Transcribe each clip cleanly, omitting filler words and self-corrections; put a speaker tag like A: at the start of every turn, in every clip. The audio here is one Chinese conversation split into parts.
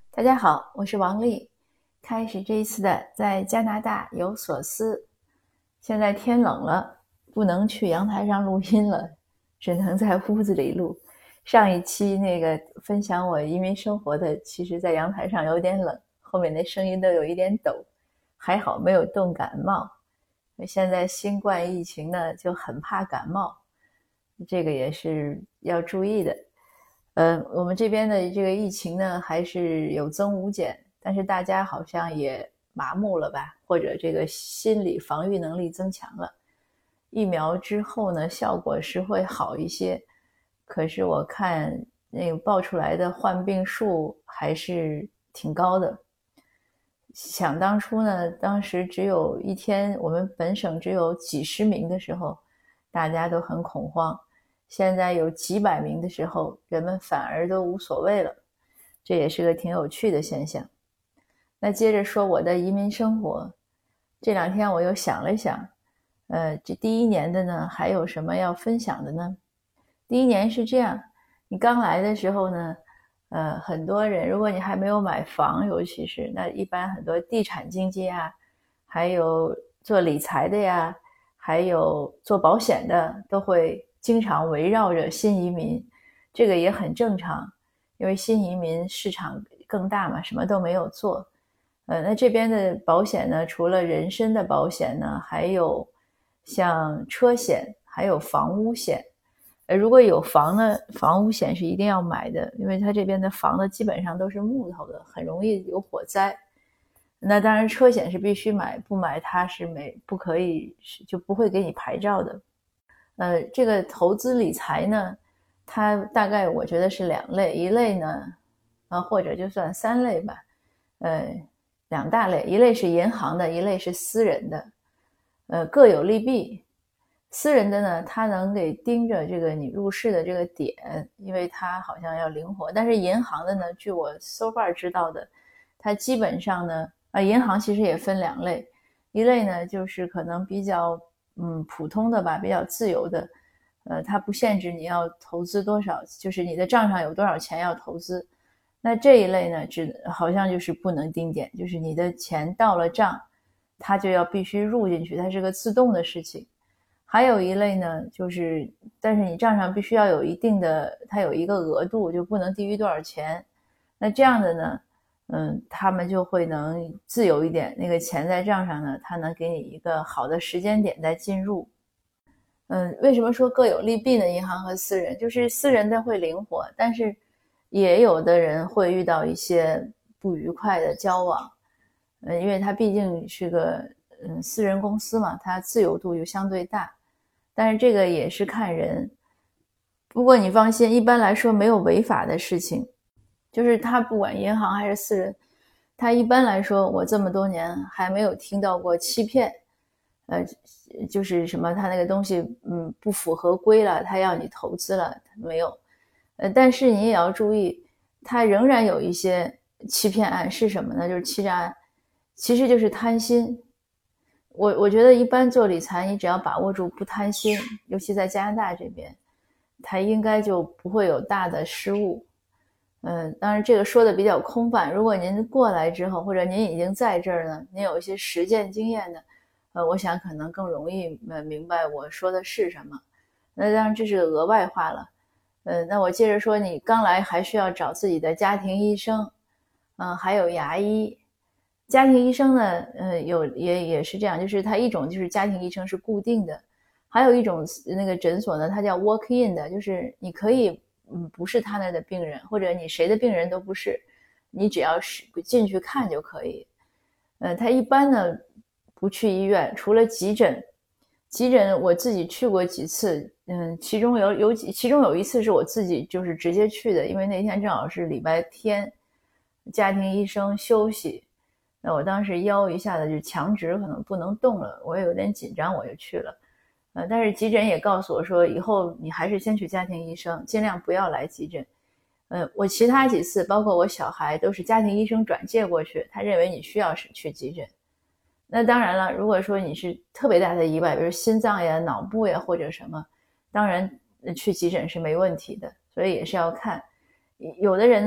A: 大家好，我是王丽。开始这一次的在加拿大有所思。现在天冷了，不能去阳台上录音了，只能在屋子里录。上一期那个分享我移民生活的，其实在阳台上有点冷，后面那声音都有一点抖，还好没有冻感冒。现在新冠疫情呢，就很怕感冒，这个也是要注意的。我们这边的这个疫情呢，还是有增无减，但是大家好像也麻木了吧，或者这个心理防御能力增强了。疫苗之后呢，效果是会好一些，可是我看那个报出来的患病数还是挺高的。想当初呢，当时只有一天，我们本省只有几十名的时候，大家都很恐慌。现在有几百名的时候，人们反而都无所谓了，这也是个挺有趣的现象。那接着说我的移民生活，这两天我又想了想，这第一年的呢，还有什么要分享的呢？第一年是这样，你刚来的时候呢，很多人，如果你还没有买房，尤其是那一般很多地产经纪啊，还有做理财的呀，还有做保险的，都会经常围绕着新移民，这个也很正常，因为新移民市场更大嘛，什么都没有做。那这边的保险呢，除了人身的保险呢，还有像车险，还有房屋险。如果有房呢，房屋险是一定要买的，因为它这边的房子基本上都是木头的，很容易有火灾。那当然车险是必须买，不买它是不可以，就不会给你牌照的。这个投资理财呢，它大概我觉得是两类，一类呢，或者就算三类吧，两大类，一类是银行的，一类是私人的，各有利弊。私人的呢，它能给盯着这个你入市的这个点，因为它好像要灵活。但是银行的呢，据我 so far 知道的，它基本上呢，银行其实也分两类，一类呢就是可能比较普通的吧，比较自由的，它不限制你要投资多少，就是你的账上有多少钱要投资。那这一类呢，好像就是不能盯点，就是你的钱到了账，它就要必须入进去，它是个自动的事情。还有一类呢，就是但是你账上必须要有一定的，它有一个额度，就不能低于多少钱。那这样的呢，他们就会能自由一点，那个钱在账上呢，它能给你一个好的时间点再进入。为什么说各有利弊呢？银行和私人，就是私人的会灵活，但是也有的人会遇到一些不愉快的交往，因为它毕竟是个私人公司嘛，它自由度就相对大。但是这个也是看人。不过你放心，一般来说没有违法的事情，就是他不管银行还是私人，他一般来说我这么多年还没有听到过欺骗，就是什么他那个东西不符合规了，他要你投资了，没有。但是你也要注意，他仍然有一些欺骗案，是什么呢？就是欺诈案，其实就是贪心。我觉得一般做理财，你只要把握住不贪心，尤其在加拿大这边，它应该就不会有大的失误。当然这个说的比较空泛，如果您过来之后，或者您已经在这儿呢，您有一些实践经验呢，我想可能更容易明白我说的是什么。那当然这是个额外话了。那我接着说，你刚来还需要找自己的家庭医生，还有牙医。家庭医生呢，也是这样，就是它一种就是家庭医生是固定的，还有一种那个诊所呢，它叫 walk in 的，就是你可以不是他那的病人，或者你谁的病人都不是，你只要是进去看就可以。他一般呢不去医院，除了急诊。急诊我自己去过几次，其中有一次是我自己就是直接去的，因为那天正好是礼拜天，家庭医生休息。那我当时腰一下子就强直，可能不能动了，我也有点紧张，我就去了。但是急诊也告诉我说，以后你还是先去家庭医生，尽量不要来急诊。我其他几次，包括我小孩，都是家庭医生转介过去，他认为你需要去急诊。那当然了，如果说你是特别大的意外，比如心脏呀、脑部呀或者什么，当然去急诊是没问题的，所以也是要看。有的人呢，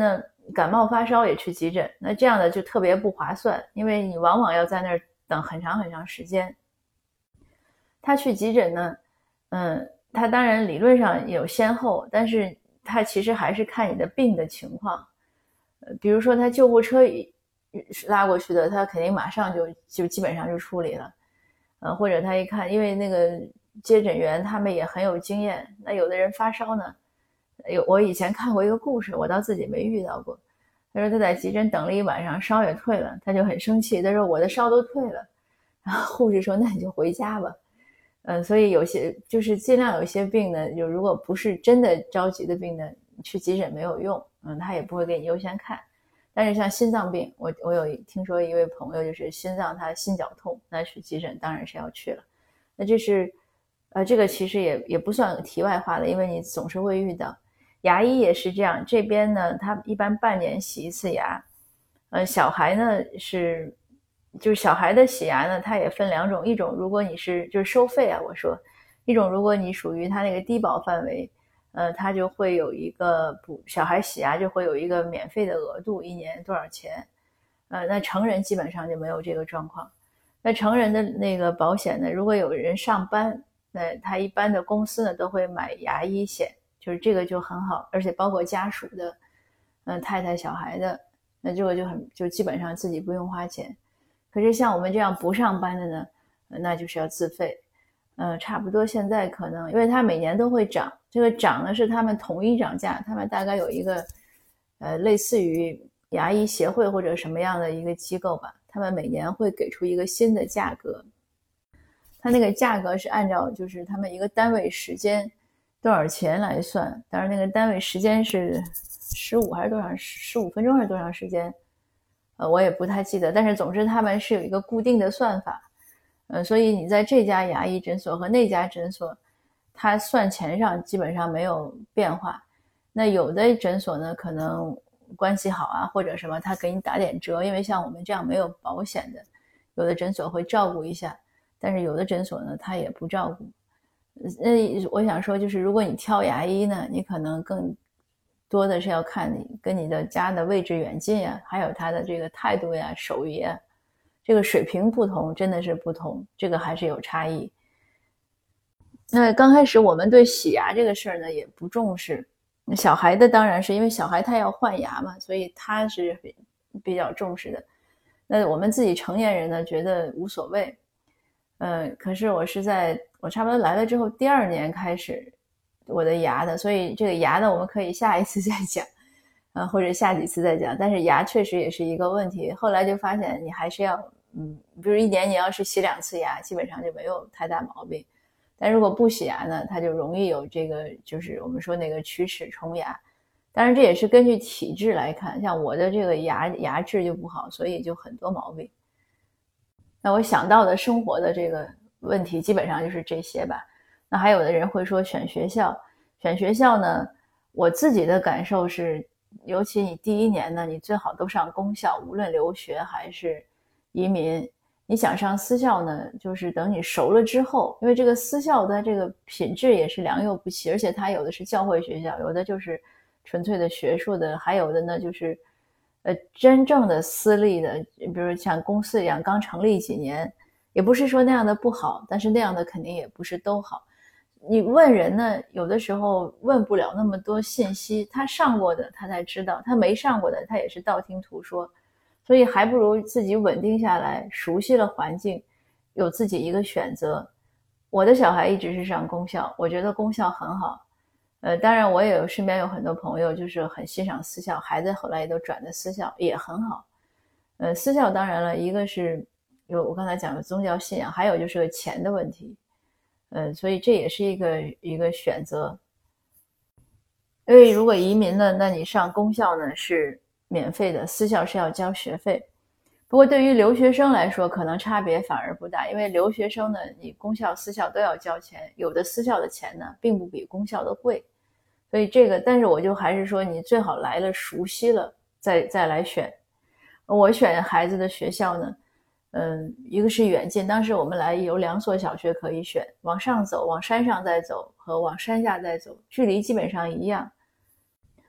A: 感冒发烧也去急诊，那这样的就特别不划算，因为你往往要在那儿等很长很长时间。他去急诊呢，他当然理论上有先后，但是他其实还是看你的病的情况。比如说他救护车拉过去的，他肯定马上就基本上就处理了。或者他一看，因为那个接诊员他们也很有经验，那有的人发烧呢，我以前看过一个故事，我倒自己没遇到过。他说他在急诊等了一晚上，烧也退了，他就很生气，他说我的烧都退了，然后护士说那你就回家吧。所以有些就是尽量有些病呢，就如果不是真的着急的病呢，去急诊没有用，他也不会给你优先看。但是像心脏病，我有听说一位朋友就是心脏他心绞痛，那去急诊当然是要去了。那这是这个其实也不算题外话的，因为你总是会遇到。牙医也是这样，这边呢他一般半年洗一次牙。小孩呢就是小孩的洗牙呢，它也分两种，一种如果你是就是收费啊，我说一种如果你属于他那个低保范围，他就会有一个小孩洗牙就会有一个免费的额度，一年多少钱。那成人基本上就没有这个状况。那成人的那个保险呢，如果有人上班，那他一般的公司呢都会买牙医险，就是这个就很好，而且包括家属的，太太小孩的，那这个就基本上自己不用花钱。可是像我们这样不上班的呢，那就是要自费。差不多现在可能因为它每年都会涨，这个涨呢是他们统一涨价，他们大概有一个类似于牙医协会或者什么样的一个机构吧，他们每年会给出一个新的价格。它那个价格是按照就是他们一个单位时间多少钱来算，当然那个单位时间是15还是多长15分钟还是多长时间，我也不太记得，但是总之他们是有一个固定的算法。所以你在这家牙医诊所和那家诊所，它算钱上基本上没有变化。那有的诊所呢，可能关系好啊，或者什么，他给你打点折，因为像我们这样没有保险的，有的诊所会照顾一下，但是有的诊所呢，他也不照顾。我想说，就是如果你挑牙医呢，你可能更多的是要看你跟你的家的位置远近呀，还有他的这个态度呀、手艺呀。这个水平不同，真的是不同，这个还是有差异。那刚开始我们对洗牙这个事儿呢也不重视，小孩的当然是因为小孩他要换牙嘛，所以他是比较重视的。那我们自己成年人呢觉得无所谓。可是我差不多来了之后第2年开始我的牙的，所以这个牙呢我们可以下一次再讲。或者下几次再讲，但是牙确实也是一个问题。后来就发现你还是要，比如1年你要是洗2次牙，基本上就没有太大毛病。但如果不洗牙呢，它就容易有这个，就是我们说那个龋齿虫牙。当然这也是根据体质来看，像我的这个牙质就不好，所以就很多毛病。那我想到的生活的这个问题基本上就是这些吧。那还有的人会说选学校呢，我自己的感受是，尤其你第1年呢，你最好都上公校，无论留学还是移民。你想上私校呢，就是等你熟了之后，因为这个私校的这个品质也是良莠不齐，而且它有的是教会学校，有的就是纯粹的学术的，还有的呢就是真正的私立的，比如像公司一样刚成立几年，也不是说那样的不好，但是那样的肯定也不是都好。你问人呢，有的时候问不了那么多信息，他上过的他才知道，他没上过的他也是道听途说，所以还不如自己稳定下来，熟悉了环境，有自己一个选择。我的小孩一直是上公校，我觉得公校很好。当然我也身边有很多朋友就是很欣赏私校，孩子后来也都转的私校，也很好。私校当然了，一个是有我刚才讲的宗教信仰，还有就是个钱的问题。所以这也是一个选择。因为如果移民呢，那你上公校呢是免费的，私校是要交学费。不过对于留学生来说，可能差别反而不大，因为留学生呢，你公校、私校都要交钱，有的私校的钱呢，并不比公校的贵。所以这个，但是我就还是说，你最好来了熟悉了，再来选。我选孩子的学校呢，一个是远近，当时我们来有2所小学可以选，往上走，往山上再走和往山下再走，距离基本上一样。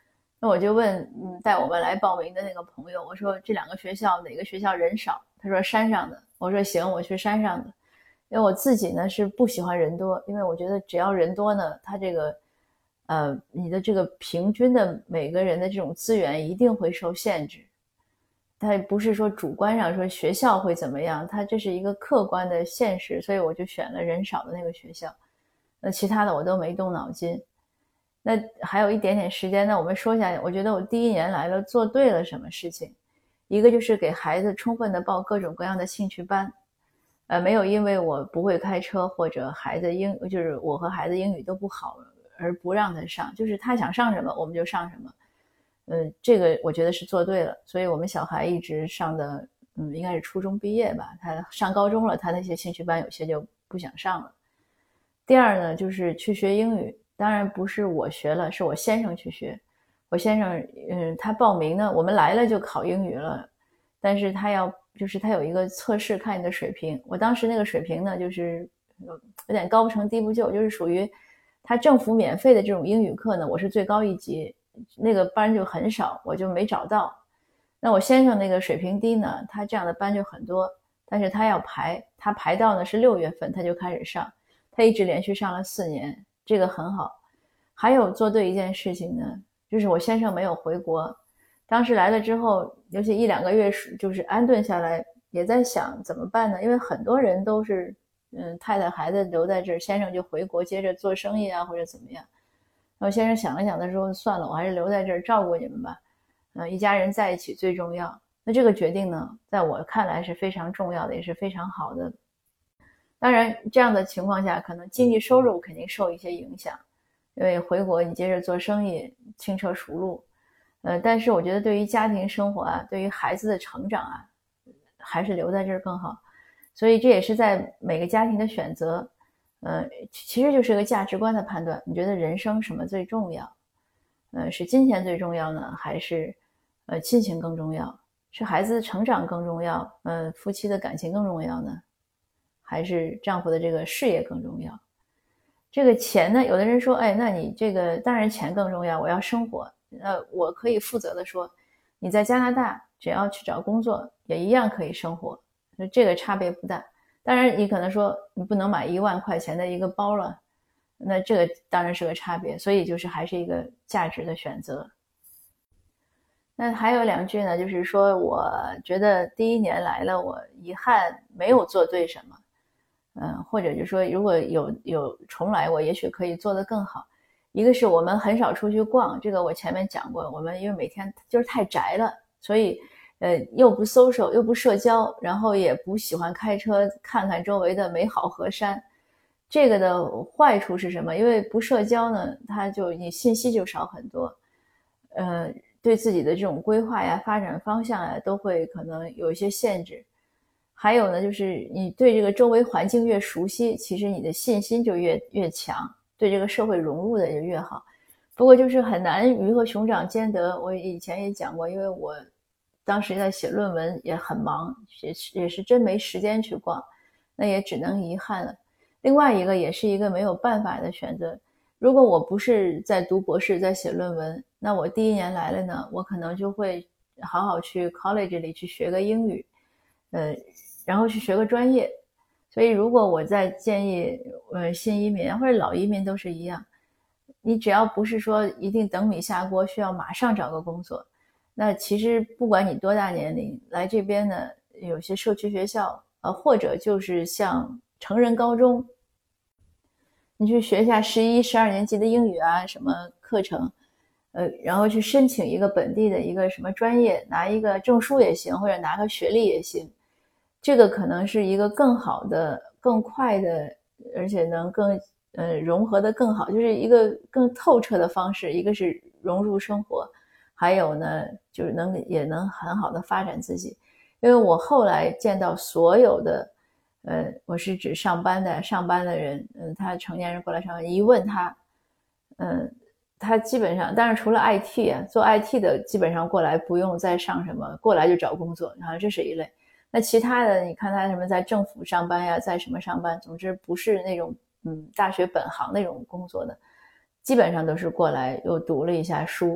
A: 那我就问带我们来报名的那个朋友，我说这2个学校哪个学校人少？他说山上的。我说行，我去山上的。因为我自己呢是不喜欢人多，因为我觉得只要人多呢，他这个你的这个平均的每个人的这种资源一定会受限制。它不是说主观上说学校会怎么样，它这是一个客观的现实，所以我就选了人少的那个学校。那其他的我都没动脑筋。那还有一点点时间呢，我们说一下，我觉得我第1年来了做对了什么事情。一个就是给孩子充分的报各种各样的兴趣班，没有因为我不会开车或者孩子就是我和孩子英语都不好而不让他上，就是他想上什么我们就上什么。这个我觉得是做对了，所以我们小孩一直上的应该是初中毕业吧，他上高中了，他那些兴趣班有些就不想上了。第二呢，就是去学英语，当然不是我学了，是我先生去学。我先生他报名呢，我们来了就考英语了，但是他有一个测试看你的水平。我当时那个水平呢，就是有点高不成低不就，就是属于他政府免费的这种英语课呢，我是最高1级，那个班就很少，我就没找到。那我先生那个水平低呢，他这样的班就很多，但是他要排，他排到呢是6月份他就开始上，他一直连续上了4年，这个很好。还有做对一件事情呢，就是我先生没有回国。当时来了之后，尤其1-2个月就是安顿下来，也在想怎么办呢？因为很多人都是太太孩子留在这儿，先生就回国接着做生意啊或者怎么样。然后先生想了想，他说算了，我还是留在这儿照顾你们吧。一家人在一起最重要。那这个决定呢，在我看来是非常重要的，也是非常好的。当然这样的情况下，可能经济收入肯定受一些影响，因为回国你接着做生意，轻车熟路。但是我觉得对于家庭生活啊，对于孩子的成长啊，还是留在这儿更好。所以这也是在每个家庭的选择。其实就是个价值观的判断。你觉得人生什么最重要？是金钱最重要呢，还是亲情更重要？是孩子的成长更重要？夫妻的感情更重要呢？还是丈夫的这个事业更重要？这个钱呢，有的人说，那你这个当然钱更重要，我要生活。我可以负责的说，你在加拿大只要去找工作，也一样可以生活，这个差别不大。当然你可能说你不能买1万块钱的一个包了，那这个当然是个差别，所以就是还是一个价值的选择。那还有2句呢，就是说我觉得第1年来了，我遗憾没有做对什么。或者就是说如果有重来，我也许可以做得更好。一个是我们很少出去逛，这个我前面讲过，我们因为每天就是太宅了，所以又不 social 又不社交，然后也不喜欢开车看看周围的美好河山。这个的坏处是什么？因为不社交呢，你信息就少很多，对自己的这种规划呀、发展方向呀，都会可能有一些限制。还有呢，就是你对这个周围环境越熟悉，其实你的信心就越强，对这个社会融入的就越好。不过就是很难鱼和熊掌兼得。我以前也讲过，因为我当时在写论文也很忙，也是真没时间去逛，那也只能遗憾了。另外一个也是一个没有办法的选择。如果我不是在读博士在写论文，那我第1年来了呢，我可能就会好好去 college 里去学个英语，然后去学个专业。所以如果我在建议新移民或者老移民都是一样，你只要不是说一定等米下锅需要马上找个工作，那其实不管你多大年龄来这边呢，有些社区学校或者就是像成人高中，你去学一下11、12年级的英语啊什么课程，然后去申请一个本地的一个什么专业，拿一个证书也行，或者拿个学历也行。这个可能是一个更好的、更快的，而且能更融合的更好，就是一个更透彻的方式。一个是融入生活，还有呢就是也能很好的发展自己。因为我后来见到所有的我是指上班的人，他成年人过来上班，一问他他基本上，当然除了 IT 啊，做 IT 的基本上过来不用再上什么，过来就找工作，然后这是一类。那其他的你看他什么在政府上班呀，在什么上班，总之不是那种大学本行那种工作的，基本上都是过来又读了一下书，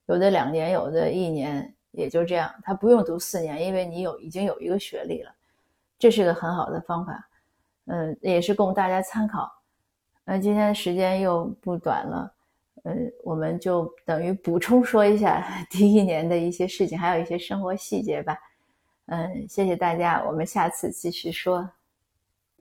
A: 有的2年，有的1年，也就这样。他不用读4年，因为你已经有一个学历了，这是个很好的方法。也是供大家参考。今天时间又不短了，我们就等于补充说一下第1年的一些事情，还有一些生活细节吧。谢谢大家，我们下次继续说。